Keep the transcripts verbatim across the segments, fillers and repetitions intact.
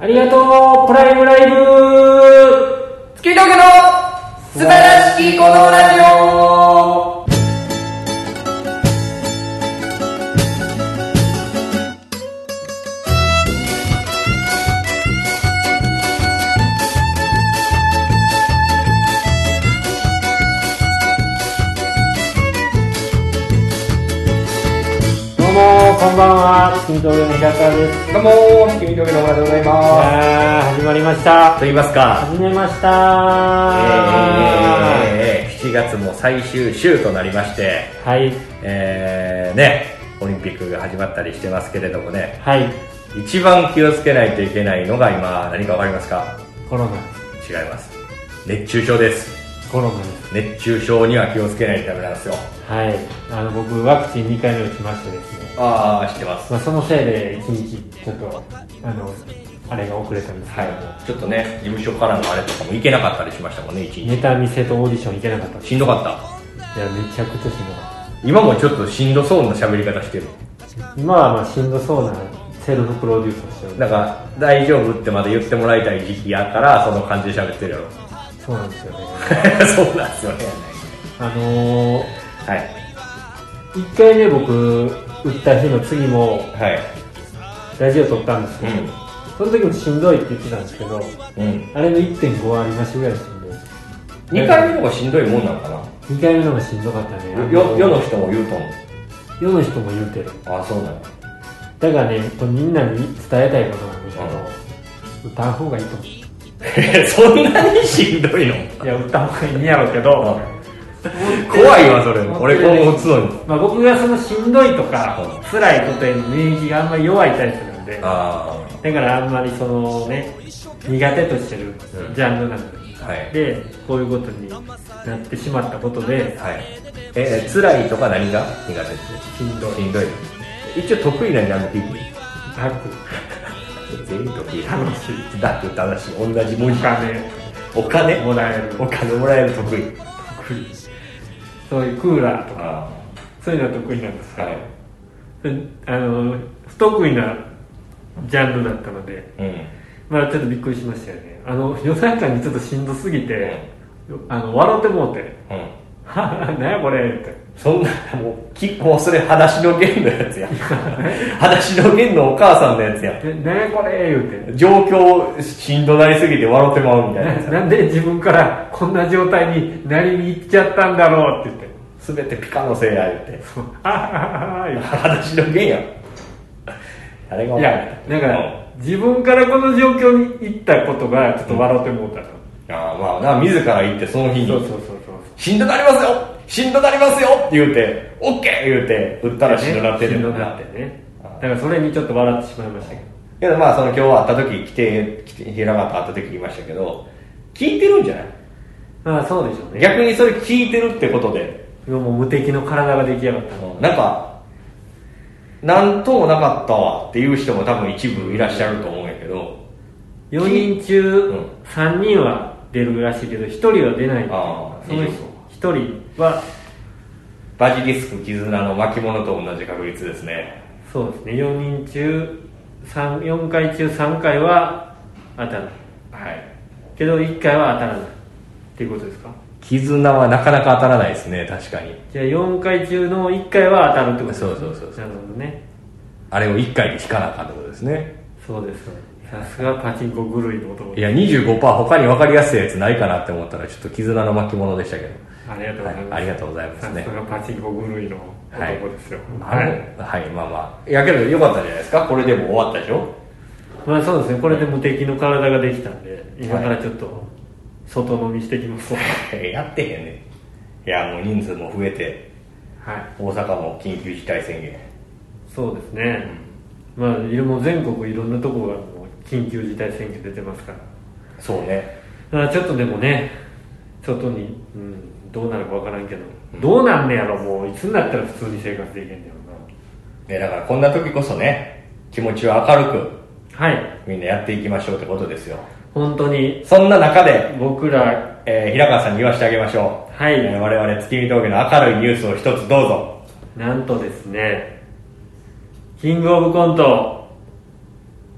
ありがとうプライムライブ月峠の素晴らしきこのラジオ。 どうもこんばんは、月見峠の平川です。 どうも月見峠の村でございます。 いやー始まりましたと言いますか、 始めましたー、 えー、しちがつも最終週となりまして、 はい、 えー、ねオリンピックが始まったりしてますけれどもね、 はい、 一番気をつけないといけないのが今何か分かりますか？ コロナ。 違います。熱中症です。 コロナです。 熱中症には気をつけないとダメなんですよ。 はい、あの僕ワクチンにかいめ打ちましてですね、 ああ知ってます、 まあ、そのせいでいちにちちょっとあのあれが遅れたんですけど、 はい、ちょっとね事務所からのあれとかも行けなかったりしましたもんね。いちにちネタ見せとオーディション行けなかったんです。 しんどかった。 いやめちゃくちゃしんどかった。 今もちょっとしんどそうな喋り方してる。 今はまあしんどそうなセルフプロデュースをしてる。 なんか大丈夫ってまだ言ってもらいたい時期やからその感じで喋ってるやろ。 そうなんですよねそうなんですよね。 あのー、 はいいっかいめ僕打った日の次もはいラジオ撮ったんですけど、 うんその時もしんどいって言ってたんですけど、 うん、 あれの いってんご ありましぐらいしんどい。 にかいめの方がしんどいもんなのかな。 にかいめの方がしんどかったね。 よ世の人も言うと思う。 世の人も言うてる。 ああそうなの。 だからねこれみんなに伝えたいことなんですけど、うん、歌う方がいいと思う。 そんなにしんどいの？ いや歌う方がいいんやろうけど、 怖いわそれ。俺今後打つのに、 まあ、僕がそのしんどいとか、うん、辛いことへの免疫があんまり弱いタイプなんで、あだからあんまりそのね苦手としてるジャンルなんで、うんはい、でこういうことになってしまったことで、 はい、えー、辛いとか何が苦手って？ しんどい。 しんどい。一応得意なジャンルっていい？ ダック全員得意。 楽しい。 ダック正しい。同じ文字。 お金お金もらえる。 お金もらえる得意。 得意。そういうクーラーとかそういうのは得意なんですけど、はい、あの不得意なジャンルだったので、うん、まあちょっとびっくりしましたよね。あの夜中にちょっとしんどすぎて、うん、あの笑ってもうて、うん、何やこれって。 そんなもうきもうそれ裸足の弦のやつや裸足の弦のお母さんのやつや。 何やこれ言うて状況しんどなりすぎて笑ってまうみたいな。 なんで自分からこんな状態になりに行っちゃったんだろうって言って、 全てピカのせいや言って裸足の弦や。あれがいやだから自分からこの状況に行ったことがちょっと笑ってもうたと、 うん、ああまあな自ら行ってその日にそうそうそうそうしんどなりますよしんどなりますよって言うて オッケー 言うて打ったらしんどなってる。 しんどなってね。だからそれにちょっと笑ってしまいましたけど。 けどまあその今日会った時来て来て平川と会った時言いましたけど聞いてるんじゃない？ ああそうでしょうね。 逆にそれ聞いてるってことでもう無敵の体が出来上がったの、 うん、なんかなんともなかったわっていう人も多分一部いらっしゃると思うんやけどよにん中さんにんは出るらしいけどひとりは出ない。 あそのひとりはバジリスク絆の巻物と同じ確率ですね。 そうですね。よにん中よんかい中さんかいは当たる、 はい、けどいっかいは当たらないっていうことですか？ 絆はなかなか当たらないですね。確かに。 じゃあよんかい中のいっかいは当たるってことですか？ そうそうそうそう。 なるほどね。 あれをいっかいで引かなあかんってことですね。 そうです。さすがパチンコ狂いの男。 いや にじゅうごパーセント 他に分かりやすいやつないかなって思ったらちょっと絆の巻物でしたけど。 ありがとうございます、 はい、ありがとうございますね。 さすがパチンコ狂いの男ですよ。 はい、はいはい、まあまあいやけどよかったんじゃないですか。これでも終わったでしょ。 まあそうですね。これで無敵の体ができたんで今からちょっと外飲みしてきます、はい、 やってへんね。いやもう人数も増えて、はい、大阪も緊急事態宣言。 そうですね、うん、まあもう全国いろんなところがもう緊急事態宣言出てますから。 そうね。 だからちょっとでもね外に、うん、どうなるかわからんけど、うん、どうなんねやろ。もういつになったら普通に生活できへんねやろな。 でだからこんな時こそね気持ちを明るく、 はい、 みんなやっていきましょうってことですよ。 本当にそんな中で僕ら、 えー、平川さんに言わせてあげましょう。はい、えー、我々月見峠の明るいニュースを一つどうぞ。 なんとですねキングオブコント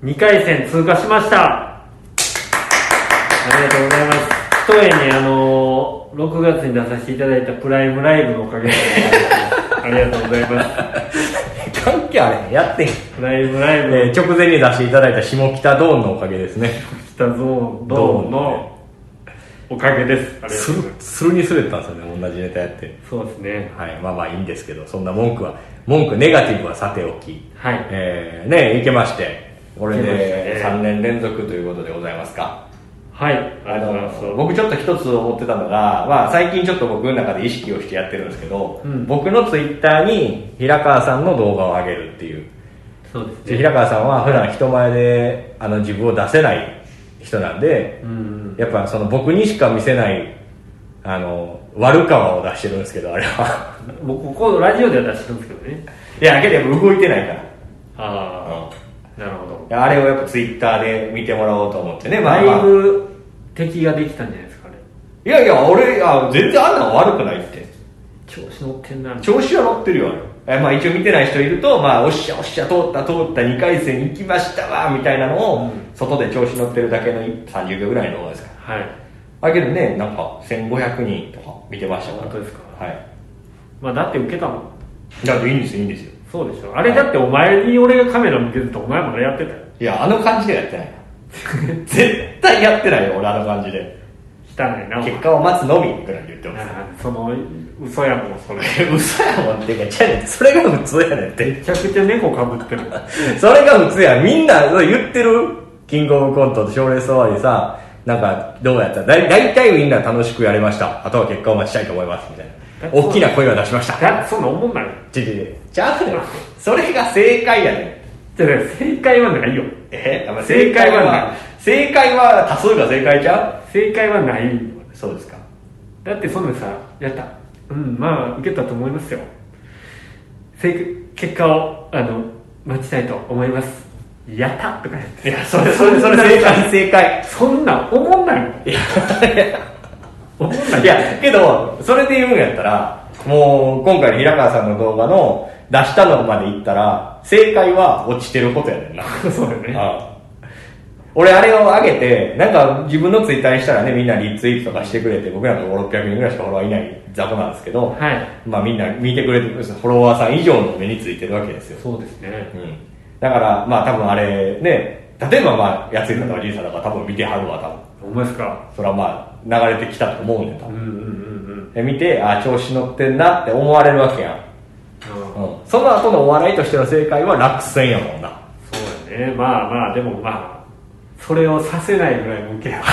にかい戦通過しました。ありがとうございます。ひとえにあのろくがつに出させていただいたプライムライブのおかげでありがとうございます関係あれへん、やってん。 プライムライブ、 えー、直前に出していただいた下北ドーンのおかげですね。 下北ドーンドーンのおかげです。ありがとうございます。 するにすれたんですよね、同じネタやって。 そうですね。 はい、まあまあいいんですけど、そんな文句は文句ネガティブはさておき、 はい、 えー、ねいけまして、これでさんねん連続ということでございますか。 はい、あの僕ちょっと一つ思ってたのが、まあ、最近ちょっと僕の中で意識をしてやってるんですけど、うん、僕のツイッターに平川さんの動画を上げるっていう。 そうですね。 平川さんは普段人前であの自分を出せない人なんで、うん、やっぱその僕にしか見せないあの悪川を出してるんですけど、あれは僕ここのラジオでは出してるんですけどね。 いやけど動いてないから。 ああ、うん、なるほど。 あれをやっぱツイッターで見てもらおうと思ってね。 だいぶ敵ができたんじゃないですかね。 いやいや、俺あ全然あんなの悪くないって。 調子乗ってんな。 調子は乗ってるよ、あれ。まあ一応見てない人いると、まあおっしゃおっしゃ通った通ったにかい戦行きましたわみたいなのを、うん、外で調子乗ってるだけのさんじゅうびょうぐらいの動画ですから。はい。だけどね、なんかせんごひゃくにんとか見てましたから。 本当ですか。 はい。 まあだって受けたもん。 だっていいんですよ、いいんですよ。 そうでしょ。あれだってお前に俺がカメラ向けるとお前もあれやってたよ。 いや、あの感じでやってない絶対やってないよ、俺あの感じで。 汚いな。 結果を待つのみぐらい言ってます。 その嘘やもん、それ。 嘘やもんっていうか、ちゃうねん、それが普通やねんって。 めちゃくちゃ猫かぶってる。 それが普通や。みんな言ってるキングオブコントと賞レース終わりさ、なんかどうやったらだい大体みんな楽しくやれました。あとは結果を待ちたいと思いますみたいな。大きな声は出しました。 だそんな思んない。 ちちちちゃうねん。それが正解やねん。 じゃあ正解はないよ。 え正解はない。正解は多数が正解ちゃう？正解はない。 そうですか。 だってそんなさ、やった。うん、まあ受けたと思いますよ。結果をあの待ちたいと思います。やったとか言って。 いや、それそれそれ正解正解。 そんなん思んないもん。いや思んない。いやけどそれで言うんやったら、もう今回の平川さんの動画の出したのまで言ったら正解は落ちてることやねんな。 そうだよね。ああ俺あれを上げて、なんか自分のツイッターにしたらね、みんなリツイートとかしてくれて、僕らのごひゃく、ろっぴゃくにんぐらいしかフォロワーいない雑魚なんですけど、はい、まあみんな見てくれてる、フォロワーさん以上の目についてるわけですよ。 そうですね。 うん。だから、まあ多分あれね、例えばまあ、やついさんとかじいさんとか多分見てはるわ、多分。 ほんまですか。 それはまあ、流れてきたと思うんで、多分。 うんうんうんうん。見て、あ、調子乗ってんなって思われるわけやん。うん。うん、その後のお笑いとしての正解は落選やもんな。 そうだね。まあまあ、でもまあ、それをさせないぐらいの受けや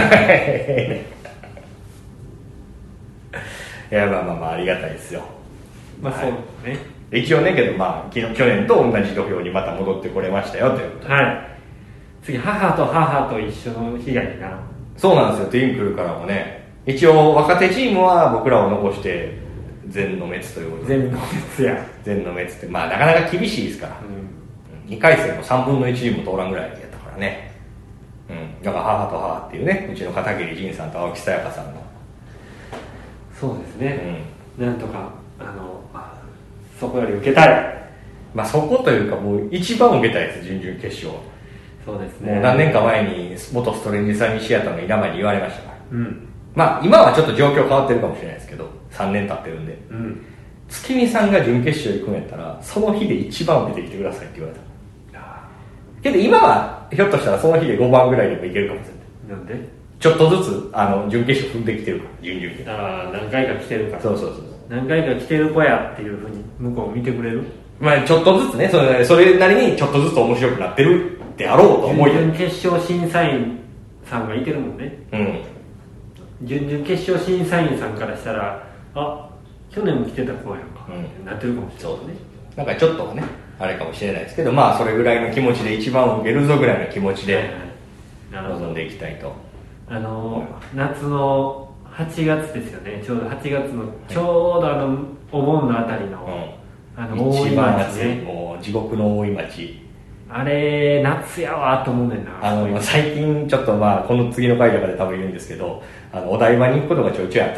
いやまあまあまあありがたいですよ。 まあそうですね、 はい、一応ねけどまあ昨日去年と同じ土俵にまた戻ってこれましたよということで、 はい、次母と母と一緒の日がいいな。 そうなんですよ。トゥインクルからもね、一応若手チームは僕らを残して全の滅ということで。 全の滅や全の滅ってまあなかなか厳しいですから、うん、にかい戦もさんぶんのいちチーム通らんぐらいやったからね。うん、だから母と母っていうね、うちの片桐仁さんと青木さやかさんの。 そうですね、うん、なんとかあのそこより受けたい。 まあそこというかもう一番受けたいです、準々決勝。 そうですね。 もう何年か前に元ストレンジサミシアターの稲前に言われましたから、 うん、 まあ今はちょっと状況変わってるかもしれないですけど、さんねん経ってるんで、うん、月見さんが準決勝行くんやったらその日で一番受けてきてくださいって言われた。けど今はひょっとしたらその日でごばんぐらいでもいけるかもしれない。 なんでちょっとずつあの準決勝踏んできてるから、準々決勝。 ああ何回か来てるから。 そうそうそう、 何回か来てる子やっていうふうに向こう見てくれる。 まあちょっとずつね、それそれなりにちょっとずつ面白くなってるであろうと思い、 準々決勝審査員さんがいてるもんね。 うん準々決勝審査員さんからしたら、あ去年も来てた子やんか、うん、ってなってるかもしれないね。 なんかちょっとはねあれかもしれないですけど、まあそれぐらいの気持ちで一番受けるぞぐらいの気持ちで臨んでいきたいと。 あの夏のはちがつですよね。ちょうどはちがつのちょうどあのお盆のあたりの、うん、あの大井町ね、 もう地獄の大井町、 あれ夏やわと思うねんな。 あの最近ちょっとまあこの次の回とかで多分言うんですけど、あのお台場に行くことがちょいちょいあったじゃない。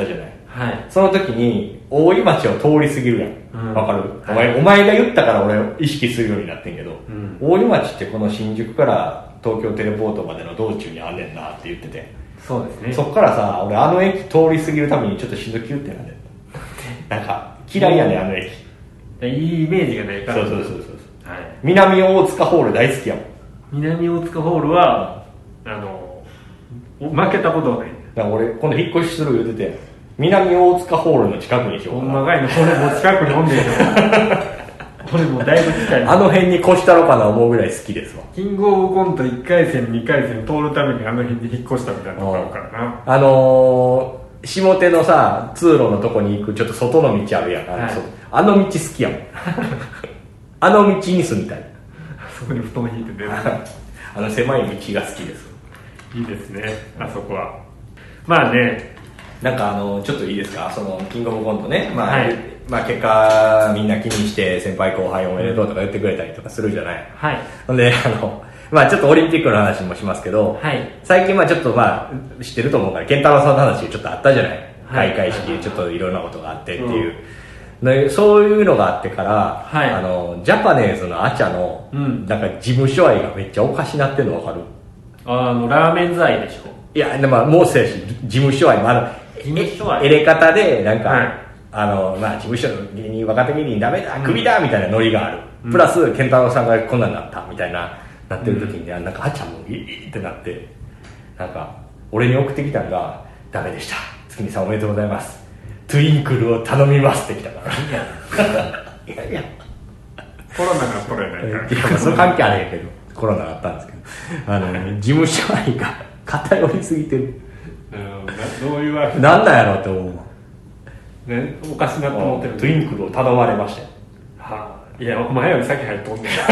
はい、 その時に大井町を通り過ぎるやんわ、うん、かる、お前、はい、お前が言ったから俺意識するようになってんけど、うん、大井町ってこの新宿から東京テレポートまでの道中にあんねんなって言ってて、 そうですね、 そっからさ俺あの駅通り過ぎるためにちょっとしんどきゅってなんでなんか嫌いやねんあの駅、 いいイメージがないから。 そうそうそうそう、はい、南大塚ホール大好きやもん。 南大塚ホールはあの負けたことはない。 だから俺今度引っ越しする言うてて、南大塚ホールの近くにしようかな。 ほんまかいの、これもう近くにおんねんよこれもうだいぶ近い。 あの辺に越したろかな思うぐらい好きですわ。 キングオブコントいっかい戦にかい戦通るためにあの辺に引っ越したみたいなとこあるからな。 あのー、下手のさ通路のとこに行くちょっと外の道あるやん、はい、あの道好きやもんあの道に住みたい。 そこに布団引いて出るあの狭い道が好きです。 いいですね、あそこは。まあね、 なんかあのちょっといいですか、そのキングオブコントね、まあ、はい、まあ、結果みんな気にして先輩後輩おめでとうとか言ってくれたりとかするじゃない。 はい。 ほんであのまあちょっとオリンピックの話もしますけど、 はい、 最近まあちょっとまあ知ってると思うから健太郎さんの話ちょっとあったじゃない、はい、開会式でちょっといろんなことがあってっていう、うん、でそういうのがあってから、はい、あのジャパネーズのアチャの、うん、なんか事務所愛がめっちゃおかしなってんの分かる？ あのラーメンズ愛でしょ。 いやでももうそうやし事務所愛もあの事務所愛エレ方でなんか、はい、あのまあ事務所の芸人若手芸人ダメだクビだみたいなノリがある、うん、プラス健太郎さんがこんなんなったみたいななってる時に、うん、なんかあっちゃんもいいってなって、なんか俺に送ってきたのがダメでした月見さんおめでとうございますトゥインクルを頼みますってきたからいやいやコロナが取れないからいやまあその関係あれやけどコロナがあったんですけどあの、ね、事務所愛が偏りすぎてる。 うん、どういうわけなんだやろうと思う、 ね、おかしなと思ってる。 トゥインクルを頼まれましたよ。 はあ、いやお前より先入っとんねん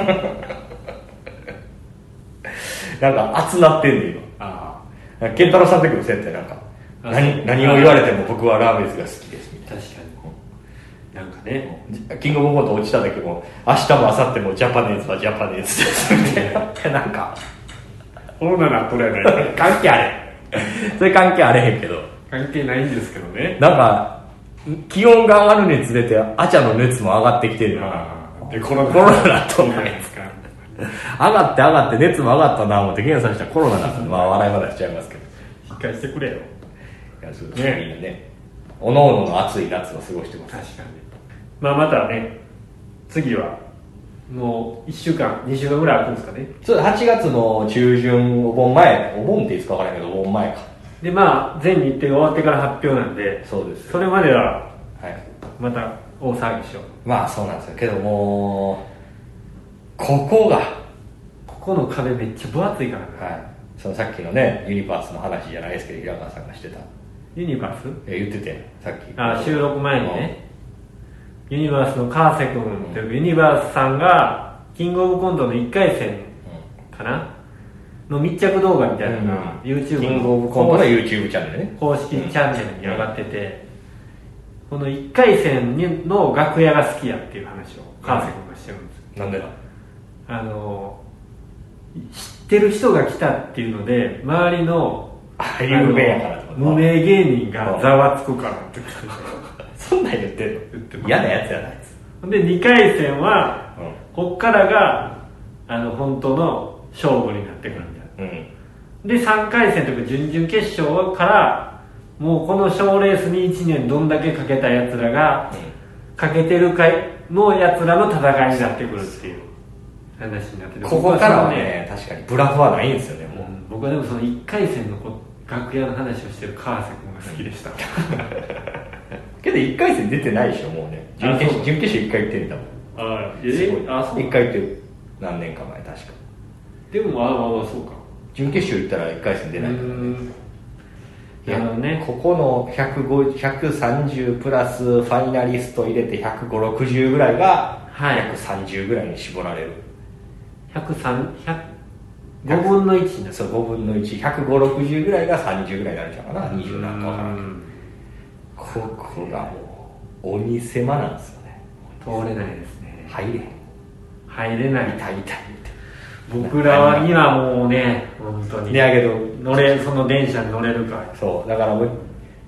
なんか熱なってんねん今。ああ、健太郎さんの時もそうやってなんか何, 何を言われても僕はラーメンズが好きですみたいな。 確かになんかね、 キングオブコント落ちた時も明日も明後日もジャパネーズはジャパネーズですみたいななんかコロナなっとれない関係あれそれ関係あれへんけど関係ないんですけどね。 なんか気温が上がるにつれてアチャの熱も上がってきてるよ。 でコロナコロナだと思うんですか上がって上がって熱も上がったな思って検査したらコロナだったんでまあ笑い話しちゃいますけどしっかりしてくれよ。 いやそうですね、みんなねおのおのの暑い夏を過ごしてます。 確かに。まあまたね次はもういっしゅうかんにしゅうかんぐらい空くんですかね。 そうはちがつの中旬お盆前お盆っていつか分からないけどお盆前かでまあ全日程が終わってから発表なんでそうです。 それまではまた大騒ぎしよう、はい、 まあそうなんですよけどもここがここの壁めっちゃ分厚いからね、 はい、そのさっきのねユニバースの話じゃないですけど平川さんがしてたユニバース言っててさっきあ収録前にね、ユニバースの川瀬君っていう、うん、ユニバースさんがキングオブコントのいっかい戦かな、うん、の密着動画みたいなのが、うん、YouTube のキングオブコントの YouTube チャンネルね公式チャンネルに上がってて、うん、このいっかい戦の楽屋が好きやっていう話を川瀬君がしてるんですよ。 なんでだあの知ってる人が来たっていうので周りの有名やから無名芸人がざわつくからってそんなん言ってんの言って嫌なやつやないです。 でにかい戦は、うん、こっからがあの本当の勝負になってくるみたいな、うん、でさんかい戦というか準々決勝からもうこの賞レースにいちねんどんだけかけたやつらが、うん、かけてるかのやつらの戦いになってくるっていう話になってて、 ここからはね確かにブラフはないんですよねもう、うん、 僕はでもそのいっかい戦の楽屋の話をしてる川瀬君が好きでした、うん、 けどいっかい戦出てないでしょもうね。準決勝準決勝いっかい行ってるんだもん。 あえあそういっかい行ってる何年か前確か。 でもああまあそうか準決勝行ったらいっかい戦出ないからね。 いやねここのひゃくごじゅう、ひゃくさんじゅうプラスファイナリスト入れてひゃくごじゅう、ろくじゅうぐらいがひゃくさんじゅうぐらいに絞られる、 ひゃくさんじゅう、ごぶんのいちになる。 そうごぶんのいち、ひゃくごじゅう、ろくじゅうぐらいがさんじゅうぐらいになるんちゃうかな。にじゅうなんかわからんけど、ここがもう鬼狭なんですよね。 通れないですね。 入れへん入れない。 痛い痛いって僕らにはもうね本当にねやけど乗れその電車に乗れるか。 そうだからもう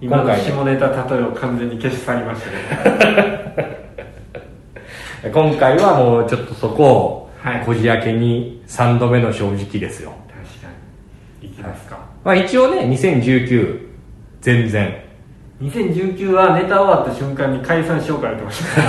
今の下ネタ例えを完全に消し去りましたね今回はもうちょっとそこをこじ開けにさんどめの正直ですよ。 確かに。いきますか。 まあ一応ねにせんじゅうきゅう全然にせんじゅうきゅうはネタ終わった瞬間に解散しようか言ってま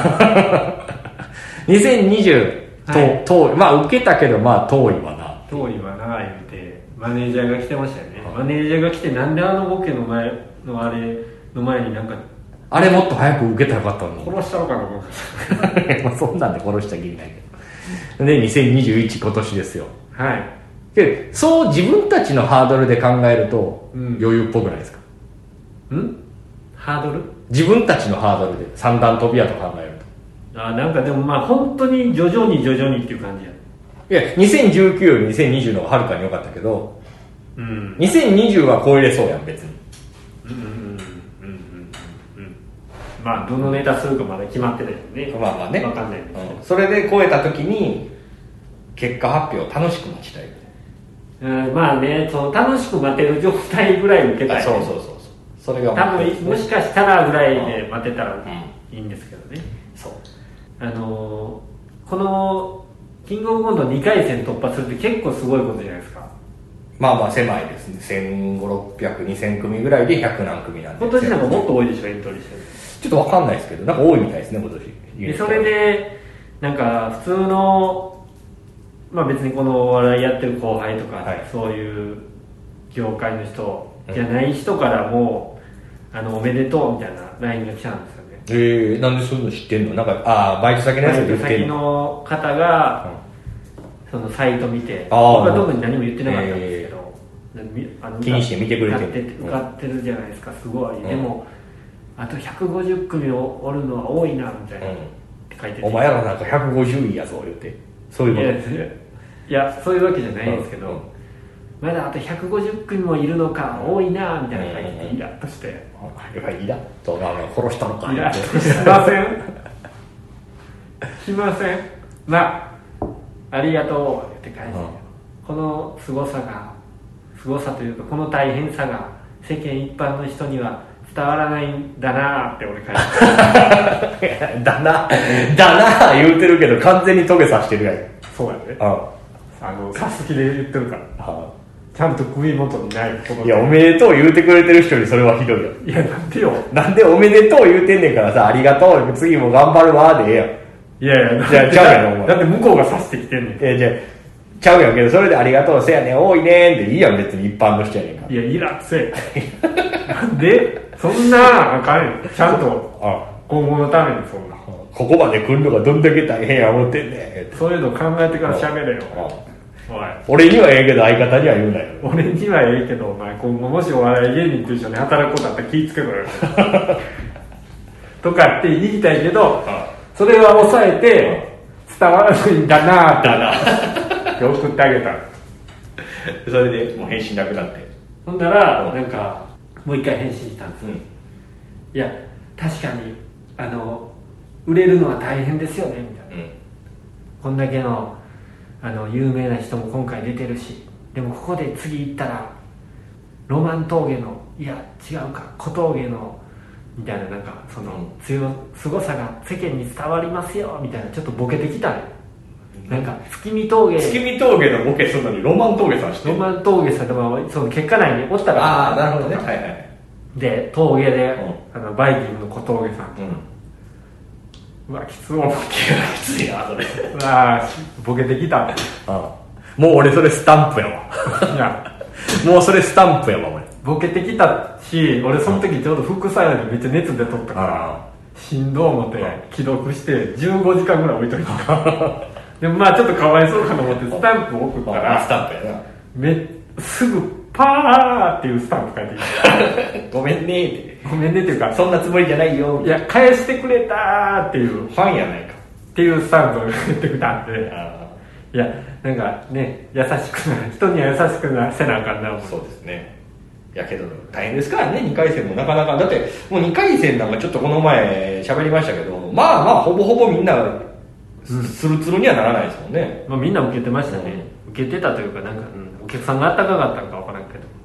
したにせんにじゅう、はい、遠いまあ受けたけどまあ遠いわな遠いわな言うてマネージャーが来てましたよね、うん、マネージャーが来てなんであのボケの前のあれの前になんかあれもっと早く受けたらよかったのに殺したのかな思ってまあそんなんで殺したきりないけどでにせんにじゅういち今年ですよ。 はいでそう自分たちのハードルで考えると、うん、余裕っぽくないですか。 んハードル自分たちのハードルで三段跳びやと考えるとあなんかでもまあ本当に徐々に徐々にっていう感じやいやにせんじゅうきゅうよりにせんにじゅうの方がはるかに良かったけど、 うん、 にせんにじゅうは超えれそうやん別に。 うんうんうんうんうんうんまあどのネタするかまだ決まってないよね。 まあまあね分かんないですけど、 うん、それで超えた時に結果発表を楽しく待ちたい。 うん、まあねその楽しく待てる状態ぐらい受けたい、ね、 そうそうそうそうそれが多分もしかしたらぐらいで待てたらいいんですけどね、 うん、そうあのー、このキングオブコントにかい戦突破するって結構すごいことじゃないですか。 まあまあ狭いですね。せんごひゃく、ろっぴゃく、にせん組ぐらいでひゃく何組なんで今年なんかもっと多いでしょエントリーしてる。 ちょっと分かんないですけどなんか多いみたいですね今年でそれでなんか普通のまあ別にこのお笑いやってる後輩とか、はい、そういう業界の人じゃない人からも、うん、あのおめでとうみたいな ライン が来たんですよね。 えー、なんでそういうの知ってんの。なんかああバイト先のやつで言ってんの。 バイト先の方が、うん、そのサイト見て僕は特に何も言ってなかったんですけど、えー、あの気にして見てくれてる受かってるじゃないですかすごい、うん、でもあとひゃくごじゅっ組おるのは多いなみたいな、うん、って書いててお前らなんかひゃくごじゅういやぞ言ってそういうこといやいやそういうわけじゃないんですけど、うんうん、まだあとひゃくごじゅっ組もいるのか多いなみたいな書いててイラッとしてイラッと殺したのかイラッとしませんしませんなありがとうって書いて、うん、この凄さが凄さというかこの大変さが世間一般の人には伝わらないんだなって俺書いてだなだな言うてるけど完全にトゲさしてるやん。 そうやねあのさすきで言ってるから、はあ、ちゃんと首元にないいやおめでとう言うてくれてる人にそれはひどいよ。 いやなんでよなんでおめでとう言うてんねんからさありがとう次も頑張るわでええやん。 いやいやじゃあちゃうやんお前だって向こうがさしてきてんねん。 いやじゃあちゃうやんけどそれでありがとうせやねん多いねんっていいやん別に一般の人やねんから。 いやイラッせなんでそんなあかんよちゃんと今後のためにそんなここまで来るのがどんだけ大変や思ってんねんそういうの考えてから喋れよおい俺にはええけど相方には言うなよ。 俺にはええけどお前今後もしお笑い芸人と一緒に働くことあったら気ぃつけろよとかって言いたいけどそれは抑えて伝わらないんだなって送ってあげたそれでもう返信なくなってほんならなんかもう一回返信したんです、うん、いや確かにあの売れるのは大変ですよねみたいな、うん、こんだけのあの有名な人も今回出てるしでもここで次行ったらロマン峠のいや違うか小峠のみたいななんかその強すごさが世間に伝わりますよみたいなちょっとボケてきたね、うん、なんか月見峠月見峠のボケするのにロマン峠さんしてロマン峠さんとかその結果内におったらああなるほどねはいはいで峠で、うん、あのバイキングの小峠さんとか、うん、うわきつおきついなそれうわボケてきたああもう俺それスタンプやわいやもうそれスタンプやわ俺ボケてきたし俺その時ちょうど副作用でめっちゃ熱出とったからしんど思って既読してじゅうごじかんぐらい置いといたでもまあちょっとかわいそうかと思ってスタンプを送ったらスタンプやなめすぐパーっていうスタンプ書いてきたごめんねってごめんねっていうかそんなつもりじゃないよいや返してくれたーっていうファンやないかっていうスタンプを言ってきたんでいやなんかね優しくな人には優しくなせなあかんな思うそうですねやけど大変ですからねにかい戦もなかなかだってもうにかい戦なんかちょっとこの前喋りましたけどまあまあほぼほぼみんなスルツルにはならないですもんね、 まあ、みんな受けてましたね、うん、受けてたというかなんか、うん、お客さんがあったかかったのか分からんけど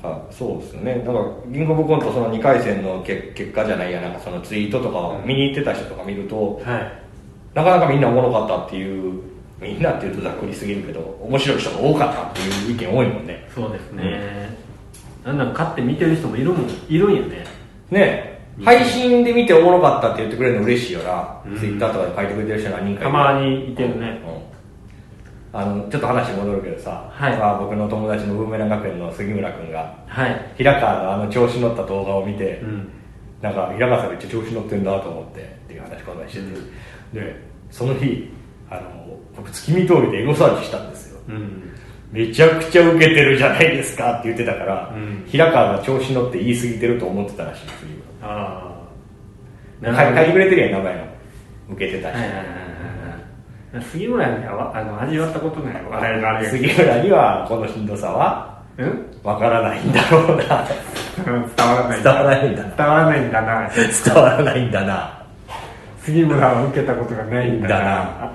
あそうですよね。だからキングオブコントそのにかい戦の結結果じゃないや、なんかそのツイートとかを見に行ってた人とか見ると、はい、なかなかみんなおもろかったっていう、みんなっていうとざっくりすぎるけど面白い人が多かったっていう意見多いもんね。 そうですね、うん、なんなん買って見てる人もいるもんいるんやね。 ねえ、配信で見ておもろかったって言ってくれるの嬉しいよな、うん、ツイッターとかで書いてくれてる人が何人かいる。 たまにいてるね、うんうん、 あのちょっと話戻るけどさ、はい、まあ、僕の友達のブーメラン学園の杉村君が、はい、平川のあの調子乗った動画を見て、うん、なんか平川さんめっちゃ調子乗ってんだと思ってっていう話この前してて、うん、でその日あの僕月見峠でエゴサーチしたんですよ、うん、めちゃくちゃウケてるじゃないですかって言ってたから、うん、平川が調子乗って言い過ぎてると思ってたらしいですよ。ああ、書いてくれてるやん、名前のウケてたし、はいはいはいはい、杉村にはあの味わったことない笑いのある。 杉村にはこのしんどさはわからないんだろうな伝わらない伝わらないんだ伝わらないんだな伝わらないんだな杉村は受けたことがないんだな、はい、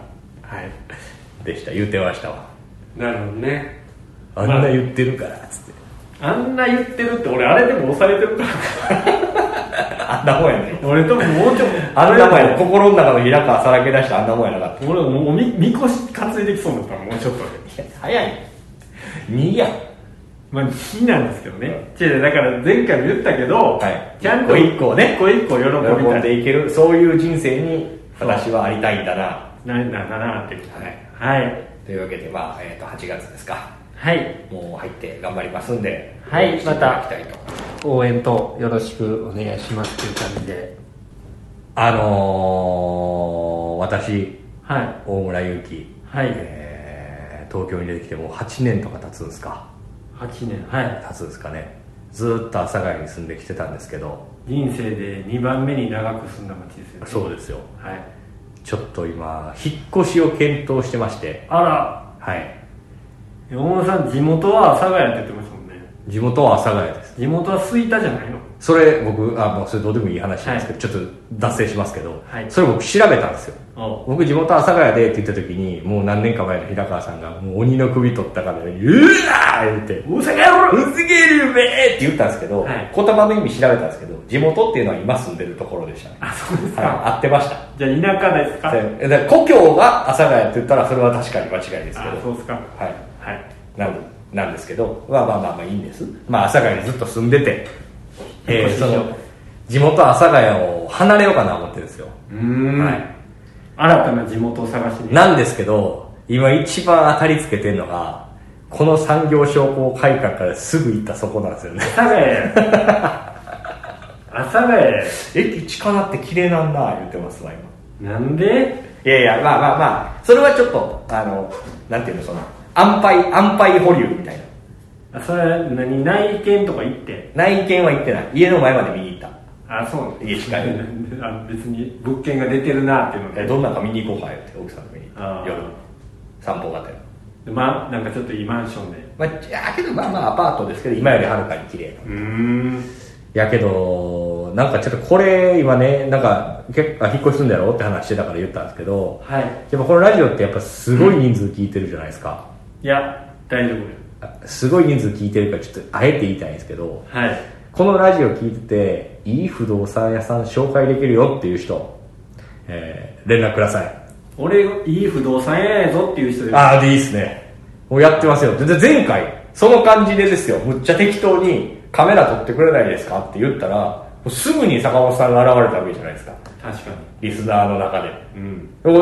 でした。言ってましたわ。 なるほどね。 あんな言ってるからつって、 あんな言ってるって俺あれでも押されてるからあんなもんやね。 俺とももうちょっとあんなもんや、心の中の平川さらけ出してあんなもんやなかった。 俺もうみみこし担いできそうだったらもうちょっと早いにやまあになんですけどね、うん、だから前回も言ったけど、はい、ちゃんと一個一個ね、 一個一個喜びんでいける、そういう人生に私はありたいんだな、 なんだなっていう、はい、はい、 というわけで、まあえー、とはちがつですか、 はい、 もう入って頑張りますんで、 はい、また応援とよろしくお願いしますという感じで、 あのー、私、 はい、 大村祐樹、 はい、 えー、東京に出てきてもうはちねんとか経つんですか。 はちねん、はい、 経つんですかね。ずっと阿佐ヶ谷に住んできてたんですけど、 人生でにばんめに長く住んだ町ですよね。 そうですよ、 はい、 ちょっと今引っ越しを検討してまして。 あら、 はい。 大村さん地元は阿佐ヶ谷って言ってましたもんね。 地元は阿佐ヶ谷です。 地元は吹田じゃないの。 それ僕あもうそれどうでもいい話なんですけど、はい、ちょっと脱線しますけど、はい、それ僕調べたんですよ。僕地元阿佐ヶ谷でって言った時に、もう何年か前の平川さんがもう鬼の首取ったから「うわー!」言って「うさげろうすげるべ!」って言ったんですけど、はい、言葉の意味調べたんですけど、地元っていうのは今住んでるところでしたね。 あ、そうですか、 はい、合ってました。 じゃあ田舎ですか。 で故郷が阿佐ヶ谷って言ったらそれは確かに間違いですけど、 あ、そうですか、 はい、はい、なんでなんですけど、まあまあまあまあいいんです。まあ阿佐ヶ谷にずっと住んでて、えー、その地元阿佐ヶ谷を離れようかな思ってるんですよ。 うーん、はい、新たな地元を探しになんですけど、今一番当たりつけてるのがこの産業商工会館からすぐ行ったそこなんですよね。 阿佐ヶ谷阿佐ヶ谷駅近なって綺麗なんだ言ってますわ今。なんで。 いやいや、まあまあまあそれはちょっとあのなんていうの、その安牌安牌保留みたいな。あ、それは何、内見とか行って。 内見は行ってない、家の前まで見に行った。 あ、そう。 家近いあ、別に物件が出てるなっていうので、 どんなか見に行こうかよって奥さんと見に夜散歩がてら、 まあなんかちょっといいマンションで、 まあ、いやけどまあまあアパートですけど今よりはるかに綺麗。 うーん、 やけどなんかちょっとこれ今ね、なんか結構引っ越しするんだろうって話してたから言ったんですけど、はい、やっぱこのラジオってやっぱすごい人数聞いてるじゃないですか、 うん、いや大丈夫、すごい人数聞いてるからちょっとあえて言いたいんですけど、 はい、 このラジオ聞いてていい不動産屋さん紹介できるよっていう人、えー、連絡ください。 俺いい不動産屋やぞっていう人です。 ああ、でいいっすね。もうやってますよ。で前回その感じでですよ、むっちゃ適当にカメラ撮ってくれないですかって言ったらすぐに坂本さんが現れたわけじゃないですか。 確かにリスナーの中で、うん、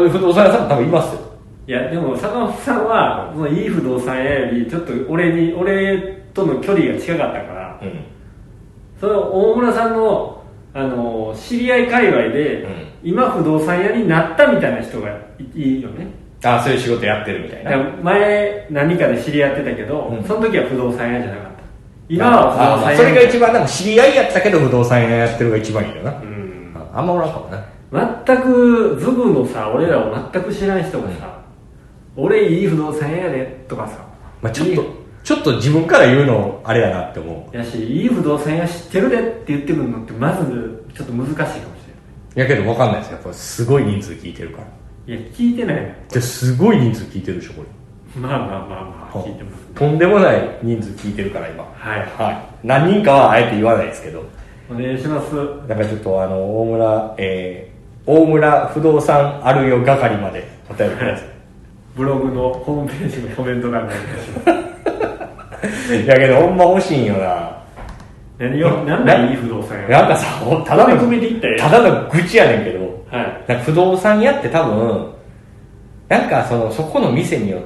不動産屋さん多分いますよ。 いやでも坂本さんはそのいい不動産屋よりちょっと俺に俺との距離が近かったから、うん、その大村さんのあの知り合い界隈で、うん、今不動産屋になったみたいな人がいいよね。 ああ、そういう仕事やってるみたいな。 前何かで知り合ってたけど、うん、その時は不動産屋じゃなかった。今は不動産屋。 それが一番なんか知り合いやったけど不動産屋やってるが一番いいよな。うん、あんまおらんかもな。 全くズブのさ、俺らを全く知らん人がさ、うん、俺いい不動産屋やでとかさ、 まあ、ちょっとちょっと自分から言うのあれやなって思う。 やし、いい不動産屋知ってるでって言ってくるのってまずちょっと難しいかもしれない。 やけど分かんないですよ、やっぱすごい人数聞いてるから。 いや聞いてないの。 じゃすごい人数聞いてるでしょこれ。 まあまあまあまあ聞いてます、ね、 とんでもない人数聞いてるから今はい、 はい、何人かはあえて言わないですけどお願いします。 なんかちょっとあの大村、えー、大村不動産あるよ係までお便りください、 ブログのホームページのコメント欄にお願いしますいやけどほんま欲しいんよな。 何よ、なんだいい不動産やなんかさ、ただのただの愚痴やねんけど、 はい、 なんか不動産屋って多分なんかそのそこの店によって、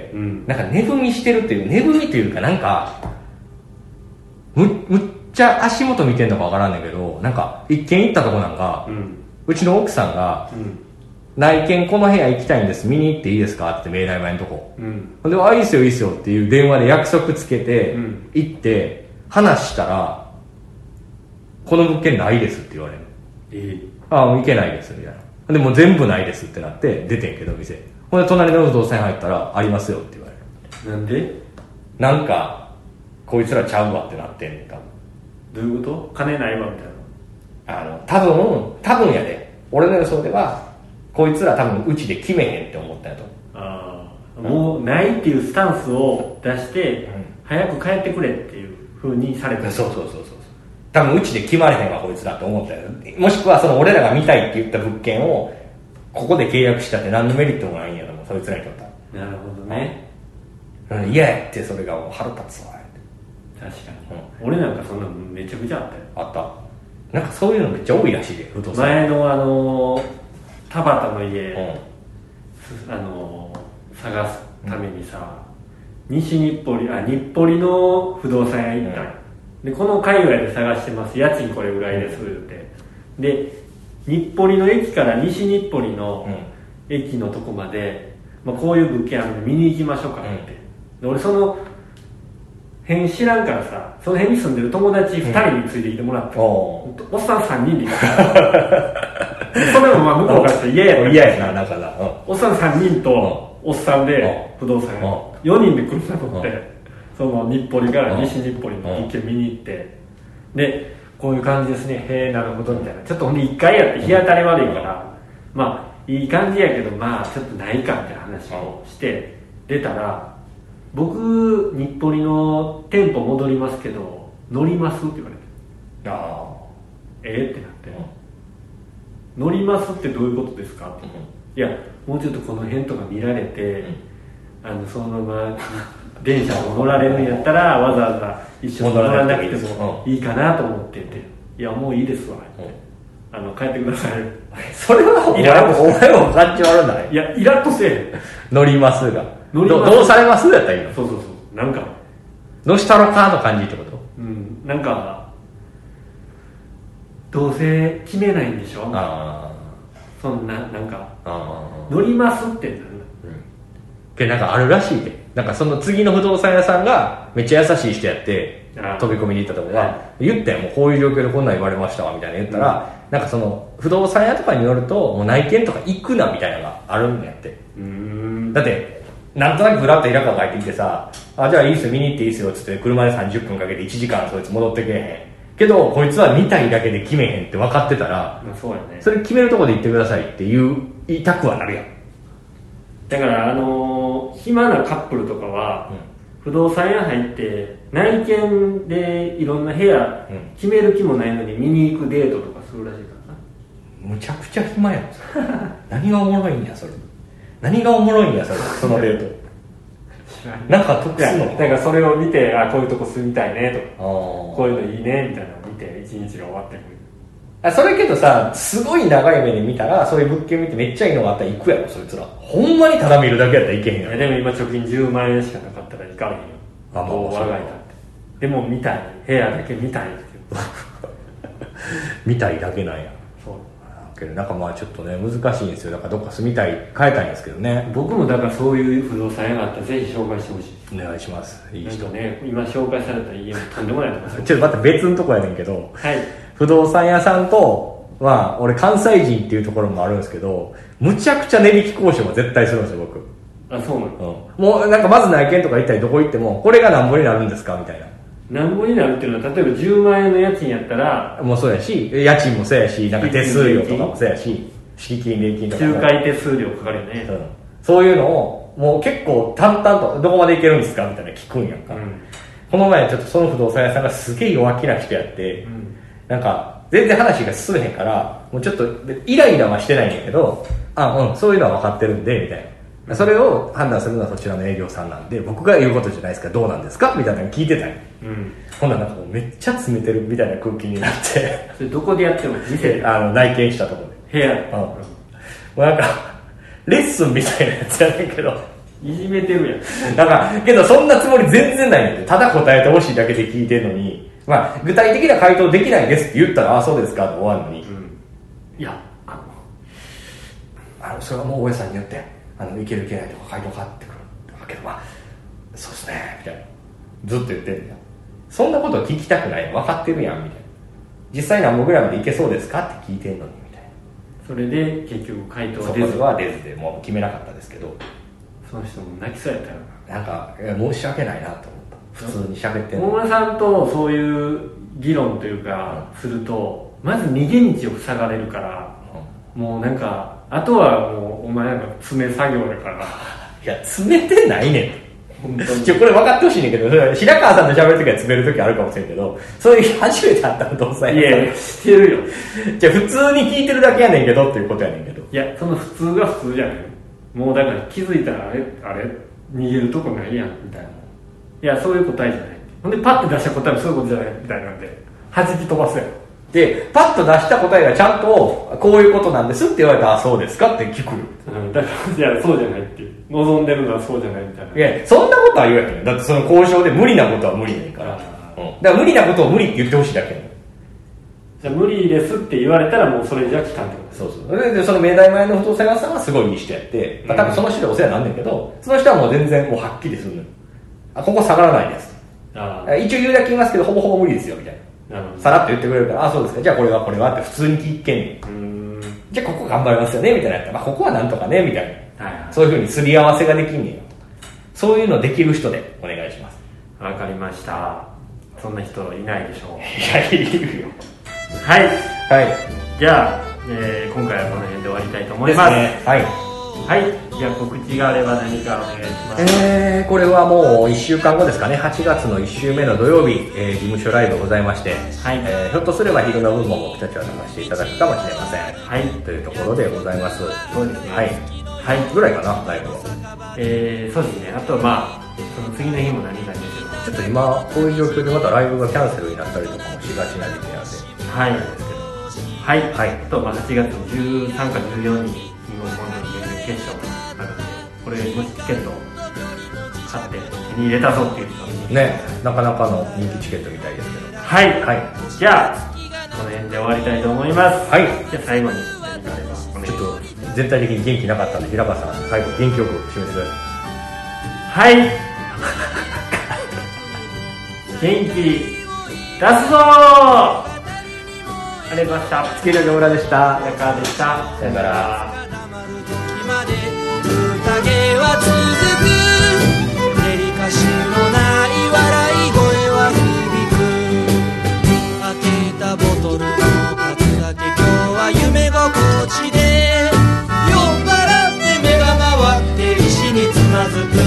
うん、なんか値踏みしてるっていう値踏みというかなんかむむっちゃ足元見てんのかわからんねんけど、なんか一軒行ったとこなんか、うん、うちの奥さんが、うん、内見この部屋行きたいんです見に行っていいですかって明大前のとこ、うん、であいいっすよいいっすよっていう電話で約束つけて、うん、行って話したらこの物件ないですって言われる、えー、ああもう行けないですみたいなでもう全部ないですってなって出てんけど店ほんで隣の不動産入ったらありますよって言われる。なんでなんかこいつらちゃうわってなってんねん多分。 どういうこと？金ないわみたいな。あの多分多分やで俺の予想ではこいつら多分うちで決めへんって思ったんやと。 ああ、もうないっていうスタンスを出して、うん、早く帰ってくれっていう風にされた。 そうそうそうそう多分うちで決まれへんわこいつだと思ったよ。もしくはその俺らが見たいって言った物件をここで契約したって何のメリットもないんやと思うそいつらにとったら。なるほどね。 うん、嫌やってそれがもう腹立つわ。 確かに、うん、俺なんかそんなのめちゃくちゃあったよ。 あったなんかそういうのめっちゃ多いらしいで不動産。 前のあの田畑の家、うん、あの探すためにさ、うん、西日暮里あ日暮里の不動産屋行ったん、うん、でこの界隈で探してます家賃これぐらいですって、うん、で日暮里の駅から西日暮里の駅のとこまで、まあ、こういう物件あるんで見に行きましょうかって、うん、で俺その辺知らんからさその辺に住んでる友達ふたりについてきてもらって、うん、おっさんさんにんで行ったそれもまあ向こうからしたら嫌や嫌やななんかな、うん、 おっさんさんにんとおっさんで不動産屋よにんで来るなと思って、うん、その日暮里から西日暮里の一軒見に行って、でこういう感じですねへえなるほどみたいなちょっとほんでいっかいやって日当たり悪いから、うん、まあいい感じやけどまあちょっとないかみたいな話をして出たら僕日暮里の店舗戻りますけど乗りますって言われてああええってなって、うん、乗りますってどういうことですかって、うん、いやもうちょっとこの辺とか見られて、うん、あのそのまま電車を乗られるんやったらわざわざ一緒に乗らなくてもいいかなと思ってて、いやもういいですわ、うん、あの帰ってくださいそれはお前もお前も感じ悪ない。 いやイラッとせえ乗りますが乗りますどうされますやったらいいの。 そうそうそうなんかどうしたのかの感じってこと。 うんなんかどうせ決めないんでしょあそんななんか乗りますってなんだ、 うん、なんかあるらしいでなんかその次の不動産屋さんがめっちゃ優しい人やって飛び込みに行ったとこが、はい、言ったよもうこういう状況でこんなん言われましたわみたいな言ったら、うん、なんかその不動産屋とかによるともう内見とか行くなみたいなのがあるんやって。うーんだってなんとなくフラッと平川が帰ってきてさあじゃあいいっすよ見に行っていいっすよっつって車でさんじゅっぷんかけていちじかんそいつ戻ってけへんけどこいつは見たいだけで決めへんって分かってたら、 まあそうやね、 それ決めるとこで言ってくださいって言う言いたくはなるやん。 だからあのー、暇なカップルとかは、うん、不動産屋入って内見でいろんな部屋決める気もないのに見に行くデートとかするらしいからな。むちゃくちゃ暇やん何がおもろいんやそれ何がおもろいんやそれそのデートなんか得するの。 だからそれを見てあこういうとこ住みたいねとかこういうのいいねみたいなのを見て一日が終わってくる。 あそれけどさすごい長い目で見たらそういう物件見てめっちゃいいのがあったら行くやろそいつら。ほんまにただ見るだけやったら行けへんやろ。 でも今貯金じゅうまんえんしかなかったら行かれへんよ。あまあ我が家だってでも見たい部屋だけ見たいって見たいだけなんや。そうけどなんかまあちょっとね難しいんですよ。だからどっか住みたい変えたいんですけどね。 僕もだからそういう不動産屋があったらぜひ紹介してほしい。 お願いします。いい人ね今紹介された家もとんでもないとこちょっと待って別のとこやねんけど、はい、不動産屋さんとまあ俺関西人っていうところもあるんですけどむちゃくちゃ値引き交渉は絶対するんですよ僕。 あそうなの、 うん、もうなんかまず内見とか行ったりどこ行ってもこれがなんぼになるんですかみたいな。 なんぼになるっていうのは例えばじゅうまんえんの家賃やったらもうそうやし家賃もそうやしなんか手数料とかもそうやし敷金礼金とか仲介手数料かかるよね、 うん、そういうのをもう結構淡々とどこまで行けるんですかみたいな聞くんやんか、うん、この前ちょっとその不動産屋さんがすげえ弱気な人やって、うん、なんか全然話が進めへんからもうちょっとイライラはしてないんだけど、あ、うん、そういうのは分かってるんでみたいな、うん、それを判断するのはそちらの営業さんなんで僕が言うことじゃないですか、どうなんですかみたいなの聞いてたんよ、うん、ほんならなんかもうめっちゃ詰めてるみたいな空気になってそれどこでやっても店あの内見したところで部屋、 うん、もうなんかレッスンみたいなやつやねんけどいじめてるやんなんかけどそんなつもり全然ないんで、ただ答えてほしいだけで聞いてるのに、まあ具体的な回答できないですって言ったら、あ、そうですかって終わるのに、うん、いやあのあのそれはもう大家さんによってあのいけるいけないとか回答変わってくるだけど、まあそうですねみたいなずっと言ってるんだよ。そんなこと聞きたくない、分かってるやんみたいな、実際何本ぐらいまでいけそうですかって聞いてんのにみたいな。 それで結局回答は出ず、そこは出ずでもう決めなかったですけど、 その人も泣きそうやったよな。なんか申し訳ないなと思った。普通に喋ってんの。 大村さんとそういう議論というか、うん、するとまず逃げ道を塞がれるから、うん、もうなんかあとはもうお前なんか詰め作業だからいや詰めてないねん本当にちょこれ分かってほしいねんけど、白川さんと喋るときは詰めるときあるかもしれんけど、そういう初めて会ったらどうさいやいやしてるよじゃあ普通に聞いてるだけやねんけどっていうことやねんけど、 いやその普通が普通じゃないもうだから気づいたらあれあれ逃げるとこないやんみたいな、いやそういう答えじゃない、ほんでパッて出した答えもそういうことじゃないみたいなんで弾き飛ばすやんで、 パッと出した答えがちゃんとこういうことなんですって言われたら、そうですかって聞くよ、 うん、だからいやそうじゃないって望んでるのはそうじゃないみたいな、 いやそんなことは言わへん。だってその交渉で無理なことは無理ないから、うん、だから無理なことを無理って言ってほしいだけやん。 じゃあ無理ですって言われたらもうそれじゃ聞かんってこと。 そうそう。で、その明大前の不動産屋さんはすごいいい人やって、まあ、多分その人でお世話になんねんけど、その人はもう全然もうはっきりするのよ。あ、ここ下がらないです。あ一応言うだけ言いますけど、ほぼほぼ無理ですよみたいな。なさらっと言ってくれるから、あ、そうですか。じゃあこれはこれはって普通に聞けんねん。うん。じゃあここ頑張りますよねみたいなやったら、まあここはなんとかねみたいな。はいはい、そういうふうにすり合わせができんねんよ。そういうのできる人でお願いします。 わかりました。そんな人いないでしょう。 いや、いるよ。 はい。 はい。 じゃあ、えー、今回はこの辺で終わりたいと思います。ですね。 はい。 はい。じゃあ告知があれば何かお願いします。 えー、これはもういっしゅうかんごですかね。はちがつのいっ週目の土曜日、えー、事務所ライブございまして、はい。えー、ひょっとすれば昼の分も僕たちは流していただくかもしれません。はい。というところでございます。 そうですね。 はい。はい。ぐらいかな、ライブは。えー、そうですね。あとはまあ、その次の日も何かですけど、ちょっと今、こういう状況でまたライブがキャンセルになったりとかもしがちな時期なんで。 はい。はい。はい。あと、まあ、はちがつのじゅうさんかじゅうよっかにキングオブコントの準々決勝があるので、これ、もしチケットを買って手に入れたぞっていう人ね、なかなかの人気チケットみたいですけど。 はい。はい。じゃあ、この辺で終わりたいと思います。はい。じゃあ、最後に何かあればお願いします。ちょっと、全体的に元気なかったんで、平川さん、最後、元気よく締めてください。はい。元気出すぞー。ありがとうございました。 月の野村でした。 平川でした。 さよなら。 宴は続く。デリカシーのない笑い声は響く。開けたボトルの数だけ今日は夢心地で、酔っ払って目が回って石につまずく。